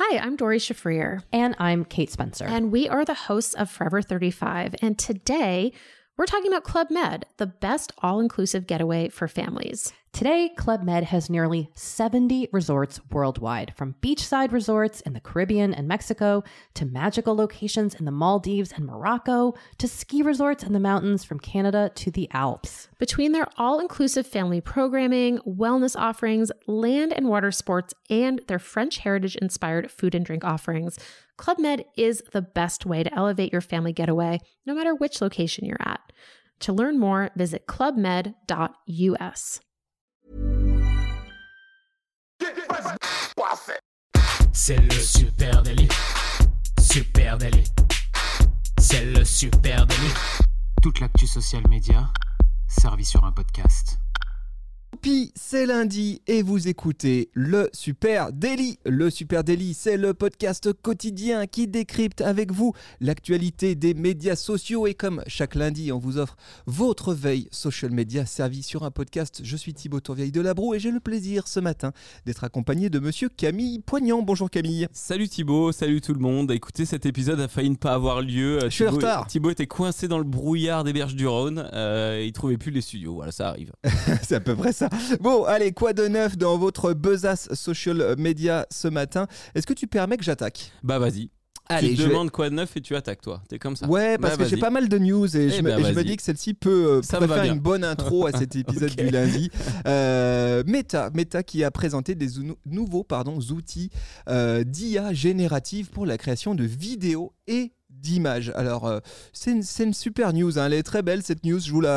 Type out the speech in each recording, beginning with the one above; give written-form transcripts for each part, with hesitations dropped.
Hi, I'm Dory Shafrir. And I'm Kate Spencer. And we are the hosts of Forever 35. And today, we're talking about Club Med, the best all-inclusive getaway for families. Today, Club Med has nearly 70 resorts worldwide, from beachside resorts in the Caribbean and Mexico, to magical locations in the Maldives and Morocco, to ski resorts in the mountains from Canada to the Alps. Between their all-inclusive family programming, wellness offerings, land and water sports, and their French heritage-inspired food and drink offerings, Club Med is the best way to elevate your family getaway, no matter which location you're at. To learn more, visit clubmed.us. C'est le Super Daily. Super Daily. C'est le Super Daily. Toute l'actu social média servie sur un podcast. Puis c'est lundi et vous écoutez le Super Daily. Le Super Daily, c'est le podcast quotidien qui décrypte avec vous l'actualité des médias sociaux. Et comme chaque lundi, on vous offre votre veille social media servie sur un podcast. Je suis Thibaut Tourvieille de Labroue et j'ai le plaisir ce matin d'être accompagné de monsieur Camille Poignant. Bonjour Camille. Salut Thibaut, salut tout le monde. Écoutez, cet épisode a failli ne pas avoir lieu. Je suis en retard. Thibaut était coincé dans le brouillard des berges du Rhône. Il trouvait plus les studios. Voilà, ça arrive. C'est à peu près ça. Bon, allez, quoi de neuf dans votre besace social media ce matin ? Est-ce que tu permets que j'attaque ? Bah vas-y. Allez, tu te demandes quoi de neuf et tu attaques toi. T'es comme ça. Ouais, parce que j'ai pas mal de news et je me dis que celle-ci pourrait faire une bonne intro à cet épisode du lundi. Meta qui a présenté des nouveaux outils d'IA générative pour la création de vidéos et d'images. Alors c'est une super news, hein. Elle est très belle cette news.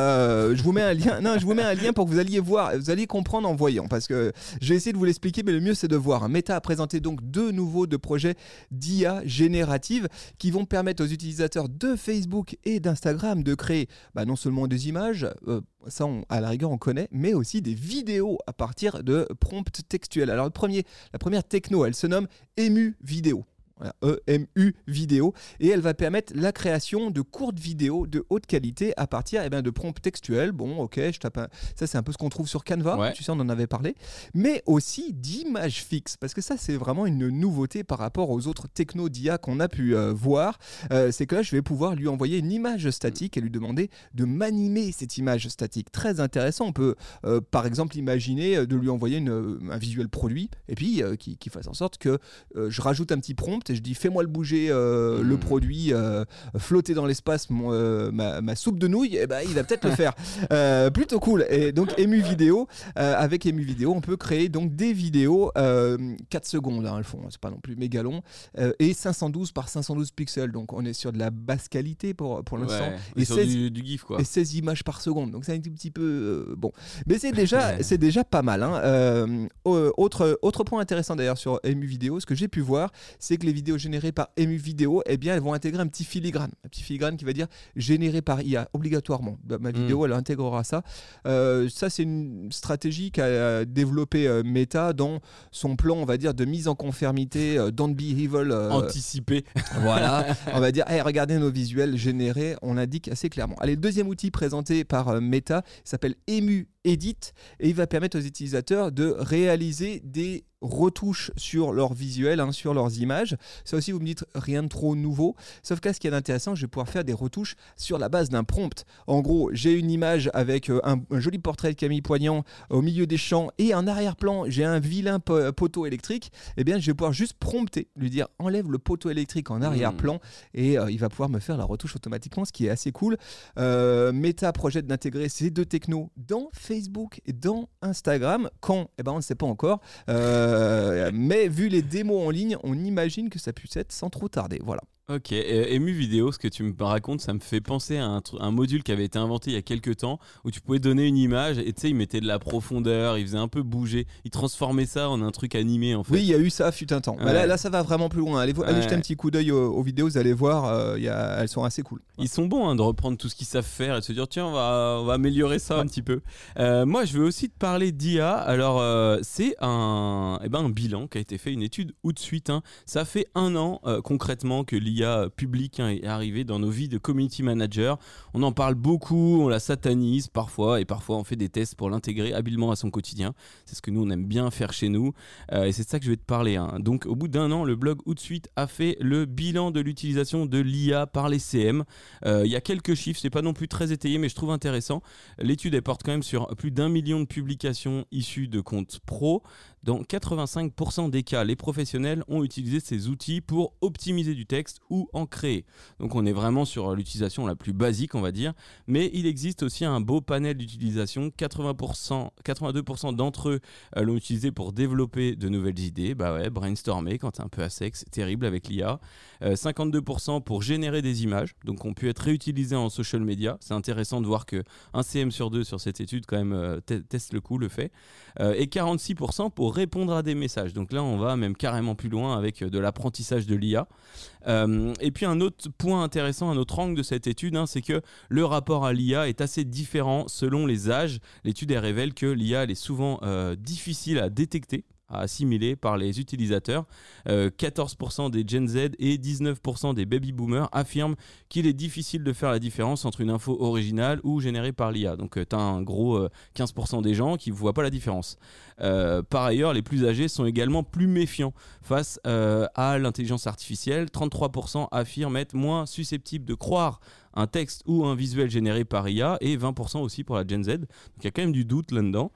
Je vous mets un lien. Non, je vous mets un lien pour que vous alliez voir, vous allez comprendre en voyant, parce que j'ai essayé de vous l'expliquer, mais le mieux c'est de voir. Meta a présenté donc deux projets d'IA générative qui vont permettre aux utilisateurs de Facebook et d'Instagram de créer non seulement des images, ça à la rigueur on connaît, mais aussi des vidéos à partir de prompts textuels. Alors la première techno, elle se nomme Emu Vidéo. Voilà, EMU vidéo, et elle va permettre la création de courtes vidéos de haute qualité à partir de prompts textuels. Bon, ok, ça c'est un peu ce qu'on trouve sur Canva, ouais. Tu sais, on en avait parlé, mais aussi d'images fixes, parce que ça c'est vraiment une nouveauté par rapport aux autres technos d'IA qu'on a pu voir. C'est que là je vais pouvoir lui envoyer une image statique et lui demander de m'animer cette image statique. Très intéressant. On peut par exemple imaginer de lui envoyer un visuel produit et puis qui fasse en sorte que je rajoute un petit prompt et je dis fais-moi le bouger le produit flotter dans l'espace ma soupe de nouilles, et il va peut-être le faire. Plutôt cool. Et donc Emu Vidéo, avec Emu Vidéo on peut créer donc des vidéos 4 secondes, elles font, c'est pas non plus méga long, et 512 par 512 pixels, donc on est sur de la basse qualité pour l'instant, ouais, et 16, du GIF quoi. Et 16 images par seconde, donc c'est un petit peu bon, mais c'est déjà pas mal, hein. Autre point intéressant d'ailleurs sur Emu Vidéo, ce que j'ai pu voir, c'est que les vidéos générées par Emu Vidéo, elles vont intégrer un petit filigrane qui va dire généré par IA obligatoirement. Ma vidéo elle intégrera ça. Ça c'est une stratégie qu'a développé Meta dans son plan, on va dire, de mise en conformité, don't be evil, anticipé. Voilà, on va dire regardez nos visuels générés, on l'indique assez clairement. Allez, le deuxième outil présenté par Meta s'appelle Emu Edit, et il va permettre aux utilisateurs de réaliser des retouches sur leurs visuels, sur leurs images. Ça aussi, vous me dites rien de trop nouveau, sauf que là, ce qui est intéressant, je vais pouvoir faire des retouches sur la base d'un prompt. En gros, j'ai une image avec un joli portrait de Camille Poignant au milieu des champs, et en arrière-plan, j'ai un vilain poteau électrique. Eh bien, je vais pouvoir juste prompter, lui dire enlève le poteau électrique en arrière-plan, et il va pouvoir me faire la retouche automatiquement, ce qui est assez cool. Meta projette d'intégrer ces deux technos dans Facebook et dans Instagram. Quand ? On ne sait pas encore. Mais vu les démos en ligne, on imagine que ça puisse être sans trop tarder. Voilà. Ok, Emu Vidéo, ce que tu me racontes, ça me fait penser à un module qui avait été inventé il y a quelques temps, où tu pouvais donner une image et tu sais, il mettait de la profondeur, il faisait un peu bouger, il transformait ça en un truc animé en fait. Oui, il y a eu ça, fut un temps. Ouais. Là, ça va vraiment plus loin. Allez jeter un petit coup d'œil aux vidéos, vous allez voir, elles sont assez cool. Ils sont bons de reprendre tout ce qu'ils savent faire et de se dire tiens, on va améliorer ça un petit peu. Moi, je veux aussi te parler d'IA. Alors, c'est un bilan qui a été fait, une étude ou de suite. Ça fait 1 an concrètement que l'IA l'IA publique est arrivée dans nos vies de community manager. On en parle beaucoup, on la satanise parfois, et parfois on fait des tests pour l'intégrer habilement à son quotidien. C'est ce que nous on aime bien faire chez nous, et c'est de ça que je vais te parler. Donc au bout d'un an, le blog Hootsuite a fait le bilan de l'utilisation de l'IA par les CM. Il y a quelques chiffres, c'est pas non plus très étayé, mais je trouve intéressant. L'étude elle porte quand même sur plus d'1 million de publications issues de comptes pro. Dans 85% des cas, les professionnels ont utilisé ces outils pour optimiser du texte ou en créer. Donc on est vraiment sur l'utilisation la plus basique, on va dire. Mais il existe aussi un beau panel d'utilisation. 82% d'entre eux l'ont utilisé pour développer de nouvelles idées. Brainstormer quand t'es un peu à sec, c'est terrible avec l'IA. 52% pour générer des images, donc ont pu être réutilisées en social media. C'est intéressant de voir qu'un CM sur 2 sur cette étude quand même teste le coup, le fait. Et 46% pour répondre à des messages. Donc là, on va même carrément plus loin avec de l'apprentissage de l'IA. Et puis un autre point intéressant, un autre angle de cette étude, c'est que le rapport à l'IA est assez différent selon les âges. L'étude elle révèle que l'IA elle est souvent difficile à détecter, à assimiler par les utilisateurs. 14% des Gen Z et 19% des baby boomers affirment qu'il est difficile de faire la différence entre une info originale ou générée par l'IA. Donc tu as un gros 15% des gens qui ne voient pas la différence. Par ailleurs, les plus âgés sont également plus méfiants face à l'intelligence artificielle. 33% affirment être moins susceptibles de croire un texte ou un visuel généré par IA, et 20% aussi pour la Gen Z. Donc il y a quand même du doute là-dedans.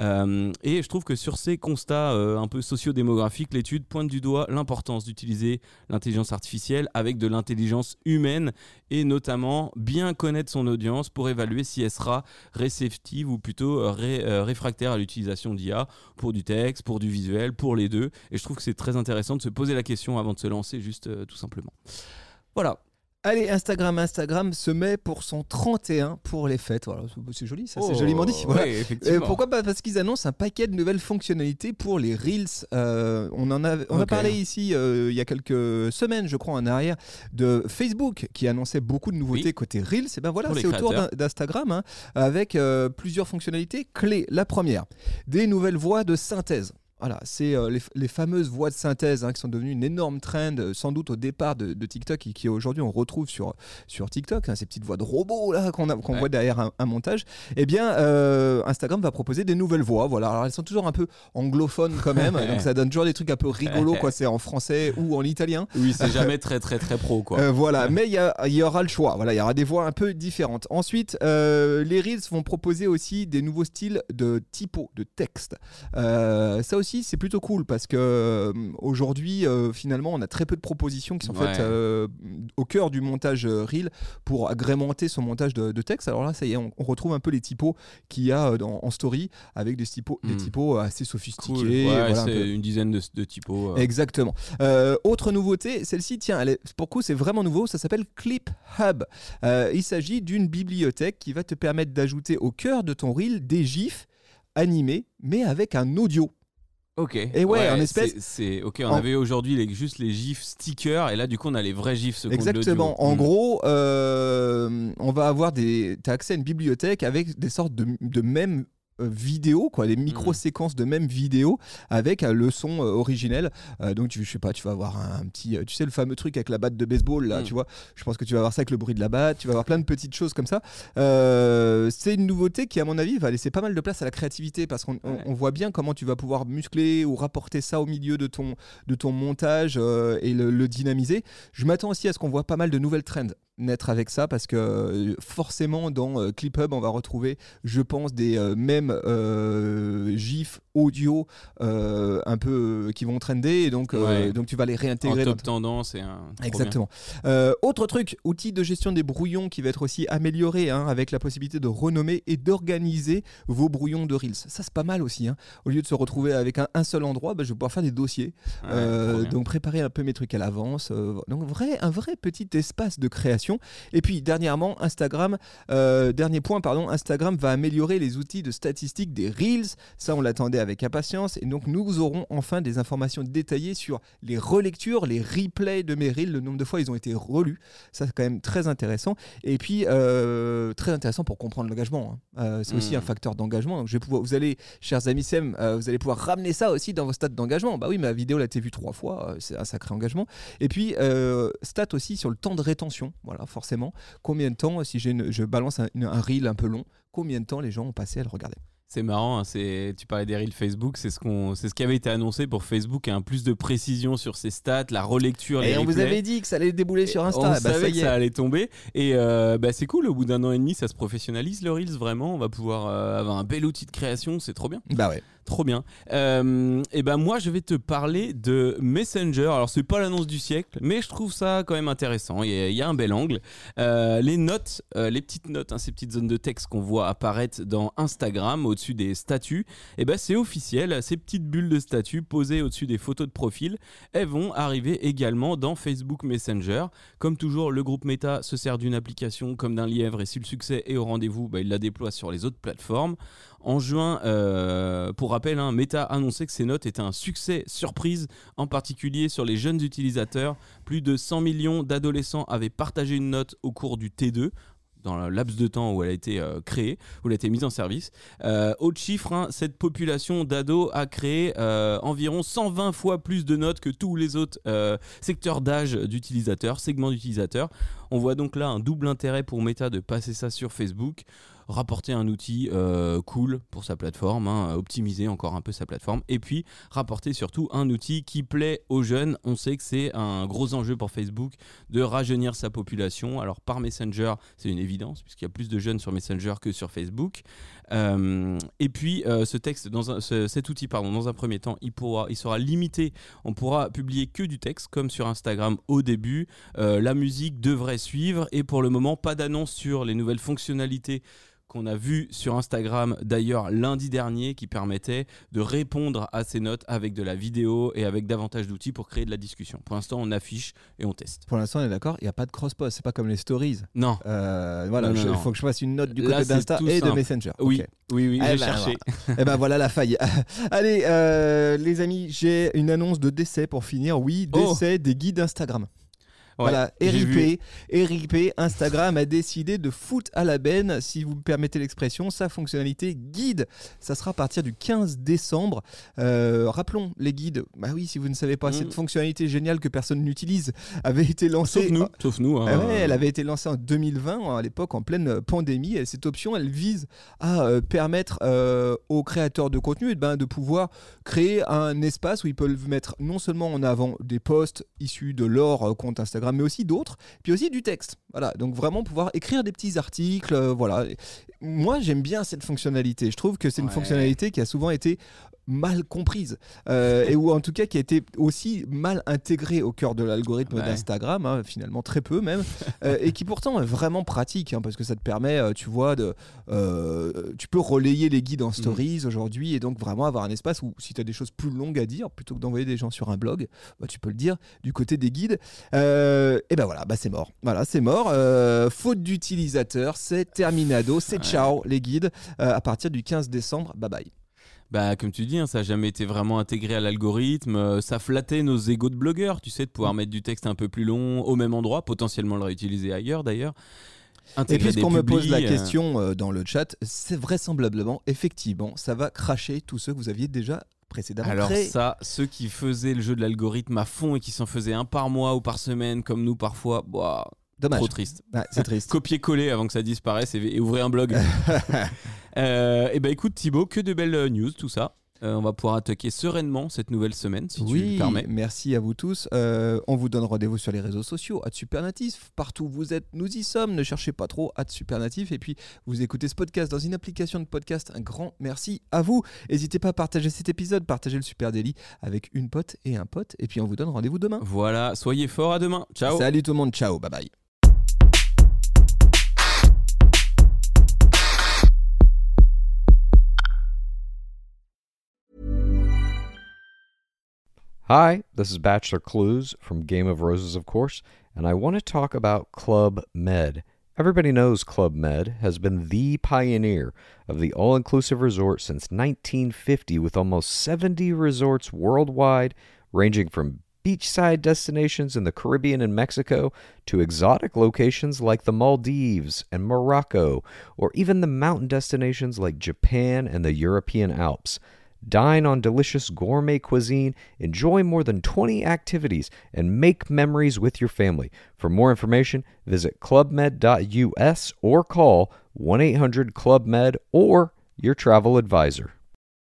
Et je trouve que sur ces constats un peu sociodémographiques, l'étude pointe du doigt l'importance d'utiliser l'intelligence artificielle avec de l'intelligence humaine, et notamment bien connaître son audience pour évaluer si elle sera réceptive ou plutôt réfractaire à l'utilisation d'IA pour du texte, pour du visuel, pour les deux. Et je trouve que c'est très intéressant de se poser la question avant de se lancer, juste tout simplement. Voilà. Allez, Instagram se met pour son 31 pour les fêtes. Voilà, c'est joli, ça, c'est joliment dit. Voilà. Oui, effectivement. Pourquoi ? Parce qu'ils annoncent un paquet de nouvelles fonctionnalités pour les Reels. On a parlé ici il y a quelques semaines, je crois, en arrière, de Facebook qui annonçait beaucoup de nouveautés côté Reels. Et ben voilà, c'est autour d'Instagram avec plusieurs fonctionnalités clés. La première, des nouvelles voix de synthèse. Voilà, c'est les fameuses voix de synthèse qui sont devenues une énorme trend, sans doute au départ de TikTok, et qui aujourd'hui on retrouve sur TikTok, ces petites voix de robots là qu'on voit derrière un montage. Eh bien, Instagram va proposer des nouvelles voix. Voilà, alors elles sont toujours un peu anglophones quand même, donc ça donne toujours des trucs un peu rigolos, quoi. C'est en français ou en italien. Oui, c'est jamais très très très pro, quoi. Voilà, mais il y aura le choix. Voilà, il y aura des voix un peu différentes. Ensuite, les Reels vont proposer aussi des nouveaux styles de typo, de texte. Ça aussi, c'est plutôt cool parce que aujourd'hui finalement on a très peu de propositions qui sont faites au cœur du montage Reel pour agrémenter son montage de texte. Alors là ça y est, on retrouve un peu les typos qu'il y a en story avec des typos assez sophistiqués. Cool. Ouais, voilà, c'est une dizaine de typos. Exactement. Autre nouveauté, celle-ci, tiens, pour le coup c'est vraiment nouveau, ça s'appelle Clip Hub. Il s'agit d'une bibliothèque qui va te permettre d'ajouter au cœur de ton Reel des gifs animés mais avec un audio. Ok. Et ouais, en espèce. C'est ok. On avait aujourd'hui juste les gifs stickers, et là du coup on a les vrais gifs. Exactement. En gros, on va avoir t'as accès à une bibliothèque avec des sortes de mèmes vidéo, quoi, des micro-séquences de même vidéo avec le son originel. Donc je sais pas, tu vas avoir un petit, tu sais, le fameux truc avec la batte de baseball là, tu vois. Je pense que tu vas avoir ça avec le bruit de la batte, tu vas avoir plein de petites choses comme ça. C'est une nouveauté qui à mon avis va laisser pas mal de place à la créativité, parce qu'on voit bien comment tu vas pouvoir muscler ou rapporter ça au milieu de ton montage et le dynamiser. Je m'attends aussi à ce qu'on voit pas mal de nouvelles trends naître avec ça, parce que forcément dans Clip Hub on va retrouver, je pense, des mêmes gifs audio un peu qui vont trender, et donc tu vas les réintégrer en top tendance exactement. Autre truc, outil de gestion des brouillons qui va être aussi amélioré avec la possibilité de renommer et d'organiser vos brouillons de Reels. Ça c'est pas mal aussi, au lieu de se retrouver avec un seul endroit, je vais pouvoir faire des dossiers, donc préparer un peu mes trucs à l'avance, donc un vrai petit espace de création. Et puis dernièrement, Instagram va améliorer les outils de statistiques des Reels. Ça, on l'attendait avec impatience. Et donc, nous aurons enfin des informations détaillées sur les relectures, les replays de mes Reels, le nombre de fois ils ont été relus. Ça, c'est quand même très intéressant. Et puis, très intéressant pour comprendre l'engagement. C'est aussi un facteur d'engagement. Donc, vous allez, chers amis SEM, vous allez pouvoir ramener ça aussi dans vos stats d'engagement. Bah oui, ma vidéo, elle a été vue 3 fois. C'est un sacré engagement. Et puis, stats aussi sur le temps de rétention. Voilà, forcément. Combien de temps, si je balance un Reel un peu long, combien de temps les gens ont passé à le regarder? C'est marrant, tu parlais des Reels Facebook, c'est ce qui avait été annoncé pour Facebook, plus de précision sur ses stats, la relecture, les replays. Et on vous avait dit que ça allait débouler sur Insta. On savait que ça allait tomber. Et c'est cool, au bout d'1 an et demi, ça se professionnalise le Reels, vraiment. On va pouvoir avoir un bel outil de création, c'est trop bien. Bah ouais. Trop bien. Et moi, je vais te parler de Messenger. Alors, c'est pas l'annonce du siècle, mais je trouve ça quand même intéressant. Il y a un bel angle. Les notes, les petites notes, ces petites zones de texte qu'on voit apparaître dans Instagram au-dessus des statuts, c'est officiel. Ces petites bulles de statuts posées au-dessus des photos de profil, elles vont arriver également dans Facebook Messenger. Comme toujours, le groupe Meta se sert d'une application comme d'un lièvre, et si le succès est au rendez-vous, il la déploie sur les autres plateformes. En juin, pour rappel, Meta a annoncé que ces notes étaient un succès surprise, en particulier sur les jeunes utilisateurs. Plus de 100 millions d'adolescents avaient partagé une note au cours du T2, dans le laps de temps où elle a été créée, où elle a été mise en service. Autre chiffre, cette population d'ados a créé environ 120 fois plus de notes que tous les autres secteurs d'âge d'utilisateurs, segments d'utilisateurs. On voit donc là un double intérêt pour Meta de passer ça sur Facebook. Rapporter un outil cool pour sa plateforme, optimiser encore un peu sa plateforme, et puis rapporter surtout un outil qui plaît aux jeunes. On sait que c'est un gros enjeu pour Facebook de rajeunir sa population. Alors par Messenger, c'est une évidence, puisqu'il y a plus de jeunes sur Messenger que sur Facebook. Et puis cet outil, dans un premier temps, il sera limité. On pourra publier que du texte, comme sur Instagram au début. La musique devrait suivre, et pour le moment, pas d'annonce sur les nouvelles fonctionnalités qu'on a vu sur Instagram d'ailleurs lundi dernier, qui permettait de répondre à ces notes avec de la vidéo et avec davantage d'outils pour créer de la discussion. Pour l'instant, on affiche et on teste. Pour l'instant, on est d'accord, il n'y a pas de cross-post, c'est pas comme les stories. Non. Voilà, il faut que je fasse une note du côté d'Insta et de Messenger. Oui, okay. Oui, j'ai cherché. Voilà la faille. Allez, les amis, j'ai une annonce de décès pour finir. Oui, décès des guides Instagram. Voilà, RIP, Instagram a décidé de foutre à la benne, si vous me permettez l'expression, sa fonctionnalité guide. Ça sera à partir du 15 décembre. Rappelons, les guides, oui, si vous ne savez pas, cette fonctionnalité géniale que personne n'utilise avait été lancée... Sauf nous. Elle avait été lancée en 2020, à l'époque, en pleine pandémie. Et cette option, elle vise à permettre aux créateurs de contenu de pouvoir créer un espace où ils peuvent mettre non seulement en avant des posts issus de leur compte Instagram, mais aussi d'autres, puis aussi du texte. Voilà, donc vraiment pouvoir écrire des petits articles. Voilà. Moi, j'aime bien cette fonctionnalité. Je trouve que c'est une fonctionnalité qui a souvent été mal comprise et ou en tout cas qui a été aussi mal intégrée au cœur de l'algorithme d'Instagram, finalement très peu même, et qui pourtant est vraiment pratique, parce que ça te permet, tu vois, tu peux relayer les guides en stories aujourd'hui, et donc vraiment avoir un espace où si tu as des choses plus longues à dire, plutôt que d'envoyer des gens sur un blog, tu peux le dire du côté des guides. Et c'est mort. Voilà, c'est mort. Faute d'utilisateurs, c'est terminado, c'est ciao les guides. À partir du 15 décembre, bye bye. Comme tu dis, ça n'a jamais été vraiment intégré à l'algorithme. Ça flattait nos égos de blogueurs, tu sais, de pouvoir mettre du texte un peu plus long au même endroit, potentiellement le réutiliser ailleurs d'ailleurs. Et puisqu'on me pose la question dans le chat, c'est vraisemblablement, effectivement, ça va cracher tous ceux que vous aviez déjà précédemment créés. Alors ceux qui faisaient le jeu de l'algorithme à fond et qui s'en faisaient un par mois ou par semaine, comme nous parfois, dommage. Trop triste. C'est triste. Copier-coller avant que ça disparaisse et ouvrir un blog. Écoute Thibaut, que de belles news tout ça. On va pouvoir attaquer sereinement cette nouvelle semaine, si tu le permets. Merci à vous tous. On vous donne rendez-vous sur les réseaux sociaux, @supernatif. Partout où vous êtes, nous y sommes. Ne cherchez pas trop, @supernatif. Et puis, vous écoutez ce podcast dans une application de podcast. Un grand merci à vous. N'hésitez pas à partager cet épisode, partager le Super Daily avec une pote et un pote. Et puis, on vous donne rendez-vous demain. Voilà, soyez forts, à demain. Ciao. Salut tout le monde, ciao, bye bye. Hi, this is Bachelor Clues from Game of Roses, of course, and I want to talk about Club Med. Everybody knows Club Med has been the pioneer of the all-inclusive resort since 1950, with almost 70 resorts worldwide, ranging from beachside destinations in the Caribbean and Mexico to exotic locations like the Maldives and Morocco, or even the mountain destinations like Japan and the European Alps. Dine on delicious gourmet cuisine, enjoy more than 20 activities, and make memories with your family. For more information, visit clubmed.us or call 1-800-CLUB-MED or your travel advisor.